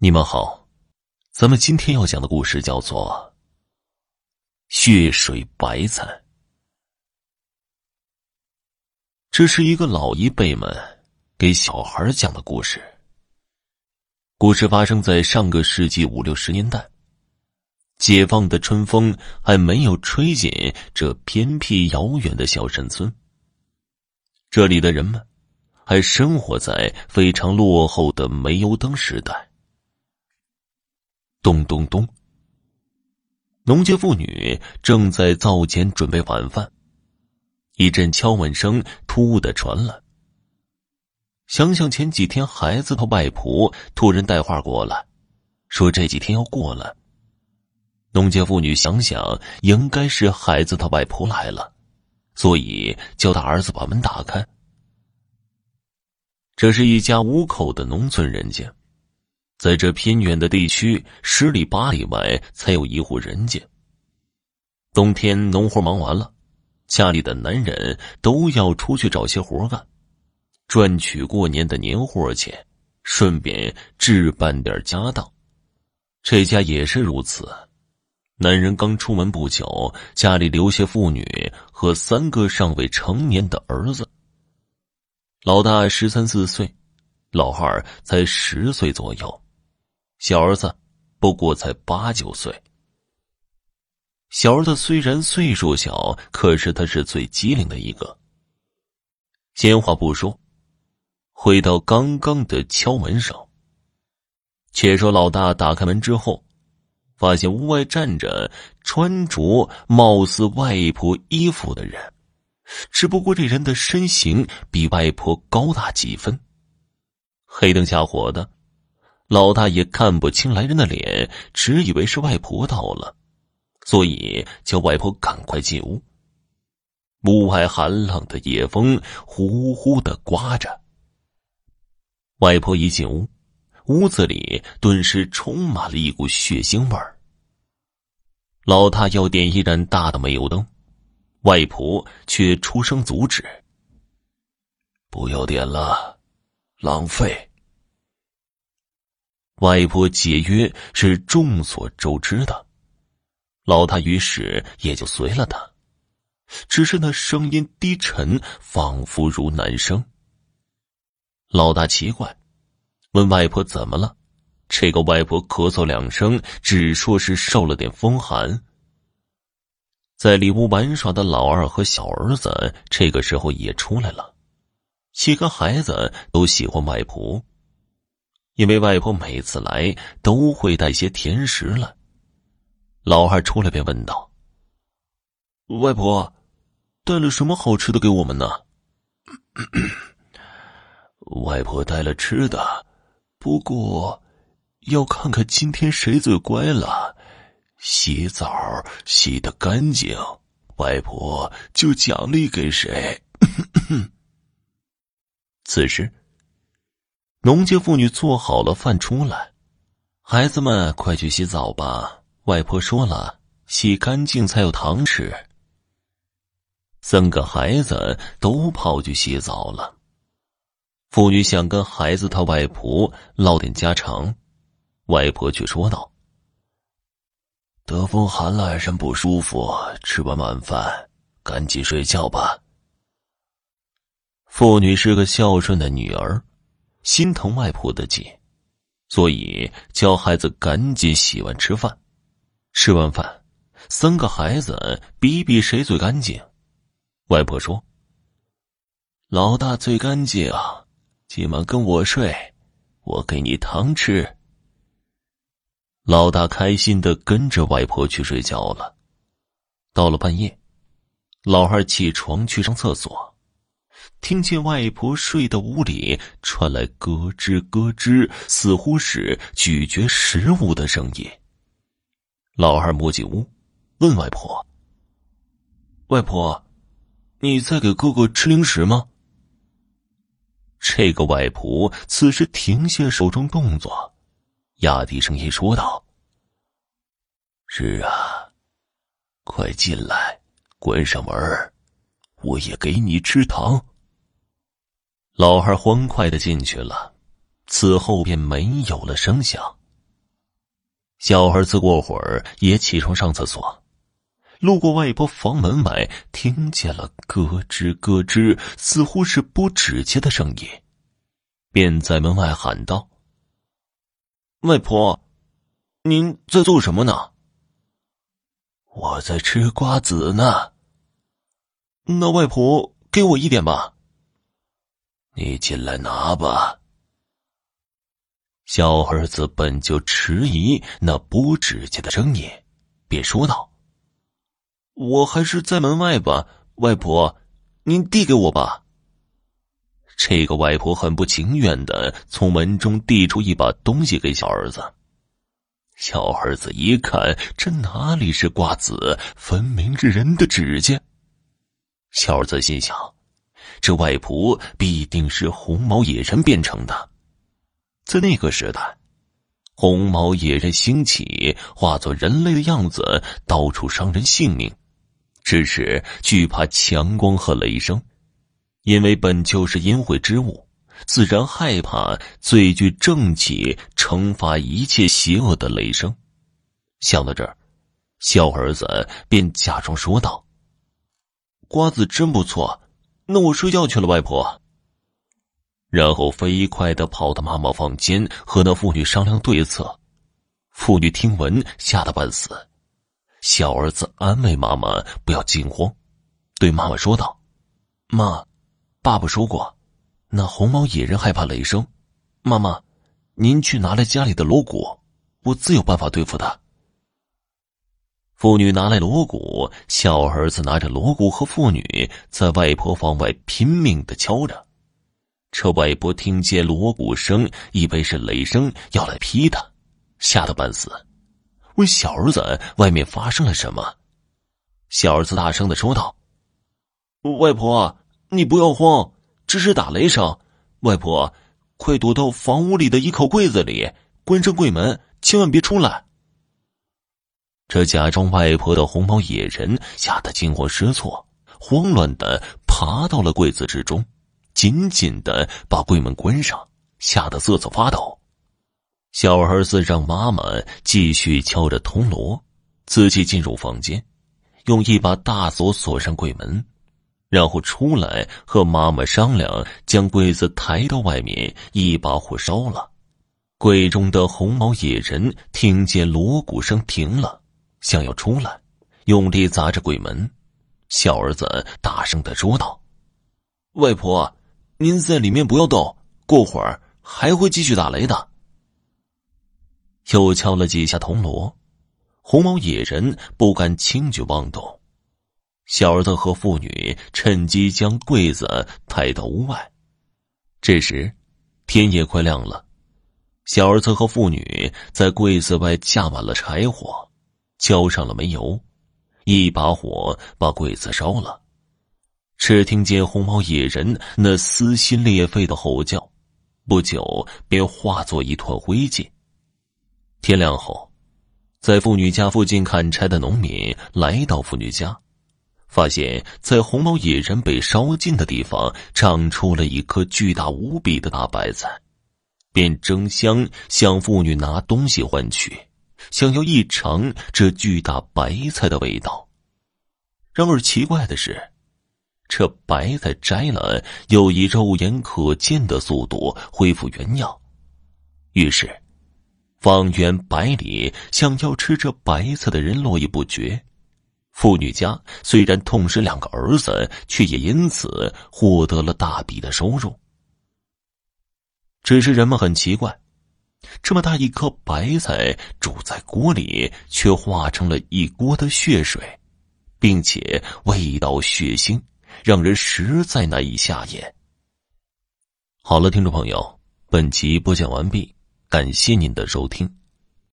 你们好，咱们今天要讲的故事叫做血水白菜。这是一个老一辈们给小孩讲的故事。故事发生在上个世纪50、60年代，解放的春风还没有吹进这偏僻遥远的小山村。这里的人们还生活在非常落后的煤油灯时代。咚咚咚，农家妇女正在灶前准备晚饭，一阵敲门声突兀地传来。想想前几天孩子他外婆突然带话过来，说这几天要过来。农家妇女想想应该是孩子他外婆来了，所以叫他儿子把门打开。这是一家5口的农村人家，在这偏远的地区10里8里外才有一户人家。冬天农活忙完了，家里的男人都要出去找些活干，赚取过年的年货钱，顺便置办点家当。这家也是如此，男人刚出门不久，家里留下妇女和3个尚未成年的儿子。老大13、14岁，老二才10岁左右，小儿子不过才8、9岁。小儿子虽然岁数小，可是他是最机灵的一个。闲话不说，回到刚刚的敲门声。且说老大打开门之后，发现屋外站着穿着貌似外婆衣服的人，只不过这人的身形比外婆高大几分。黑灯瞎火的，老大也看不清来人的脸，只以为是外婆到了，所以叫外婆赶快进屋。屋外寒冷的夜风呼呼地刮着。外婆一进屋，屋子里顿时充满了一股血腥味儿。老大要点一盏大的煤油灯，外婆却出声阻止：“不要点了，浪费。”外婆节约是众所周知的，老大于是也就随了他，只是那声音低沉，仿佛如男声。老大奇怪，问外婆怎么了。这个外婆咳嗽2声，只说是受了点风寒。在里屋玩耍的老二和小儿子这个时候也出来了。几个孩子都喜欢外婆，因为外婆每次来都会带些甜食来。老二出来便问道：“外婆，带了什么好吃的给我们呢？”外婆带了吃的，不过要看看今天谁最乖了，洗澡洗得干净，外婆就奖励给谁。此时农家妇女做好了饭出来，孩子们快去洗澡吧，外婆说了，洗干净才有糖吃。3个孩子都跑去洗澡了。妇女想跟孩子他外婆唠点家常，外婆却说道：“得风寒了，还真不舒服，吃完晚饭赶紧睡觉吧。”妇女是个孝顺的女儿，心疼外婆的急，所以叫孩子赶紧洗碗吃饭。吃完饭，3个孩子比谁最干净。外婆说：“老大最干净，今晚跟我睡，我给你糖吃。”老大开心地跟着外婆去睡觉了。到了半夜，老二起床去上厕所，听见外婆睡的屋里传来咯吱咯吱，似乎是咀嚼食物的声音。老二摸进屋，问外婆：“外婆，你在给哥哥吃零食吗？”这个外婆此时停下手中动作，压低声音说道：“是啊，快进来，关上门，我也给你吃糖。”老二欢快地进去了，此后便没有了声响。 小儿子过会儿也起床上厕所，路过外婆房门外，听见了咯吱咯吱，似乎是剥指甲的声音，便在门外喊道：“外婆，您在做什么呢？”“我在吃瓜子呢。”“那外婆给我一点吧。”“你进来拿吧。”小儿子本就迟疑那剥指甲的声音，便说道：“我还是在门外吧，外婆，您递给我吧。”这个外婆很不情愿地从门中递出一把东西给小儿子。小儿子一看，这哪里是瓜子，分明是人的指甲。小儿子心想，这外婆必定是红毛野人变成的。在那个时代，红毛野人兴起，化作人类的样子，到处伤人性命，只是惧怕强光和雷声，因为本就是阴晦之物，自然害怕最具正气惩罚一切邪恶的雷声。想到这儿，小儿子便假装说道：“瓜子真不错，那我睡觉去了，外婆。”然后飞快地跑到妈妈房间，和那妇女商量对策。妇女听闻，吓得半死。小儿子安慰妈妈不要惊慌，对妈妈说道：“妈，爸爸说过，那红毛野人害怕雷声。妈妈，您去拿来家里的锣鼓，我自有办法对付他。”妇女拿来锣鼓，小儿子拿着锣鼓和妇女在外婆房外拼命地敲着。这外婆听见锣鼓声，以为是雷声要来劈他，吓得半死，问小儿子外面发生了什么。小儿子大声地说道：“外婆，你不要慌，这是打雷声。外婆，快躲到房屋里的一口柜子里，关上柜门，千万别出来。”这假装外婆的红毛野人吓得惊慌失措，慌乱地爬到了柜子之中，紧紧地把柜门关上，吓得瑟瑟发抖。小儿子让妈妈继续敲着铜锣，自己进入房间，用一把大锁锁上柜门，然后出来和妈妈商量，将柜子抬到外面，一把火烧了。柜中的红毛野人听见锣鼓声停了，想要出来，用力砸着柜门。小儿子大声地说道：“外婆，您在里面不要动，过会儿还会继续打雷的。”又敲了几下铜锣，红毛野人不敢轻举妄动。小儿子和妇女趁机将柜子抬到屋外。这时天也快亮了，小儿子和妇女在柜子外架满了柴火，浇上了煤油，一把火把柜子烧了。只听见红毛野人那撕心裂肺的吼叫，不久便化作一团灰烬。天亮后，在妇女家附近砍柴的农民来到妇女家，发现在红毛野人被烧尽的地方长出了一棵巨大无比的大白菜，便争相向妇女拿东西换取，想要一尝这巨大白菜的味道。然而奇怪的是，这白菜摘了，又以肉眼可见的速度恢复原样。于是方圆100里想要吃这白菜的人络绎不绝。妇女家虽然痛失2个儿子，却也因此获得了大笔的收入。只是人们很奇怪，这么大一颗白菜煮在锅里，却化成了一锅的血水，并且味道血腥，让人实在难以下咽。好了，听众朋友，本集播讲完毕，感谢您的收听。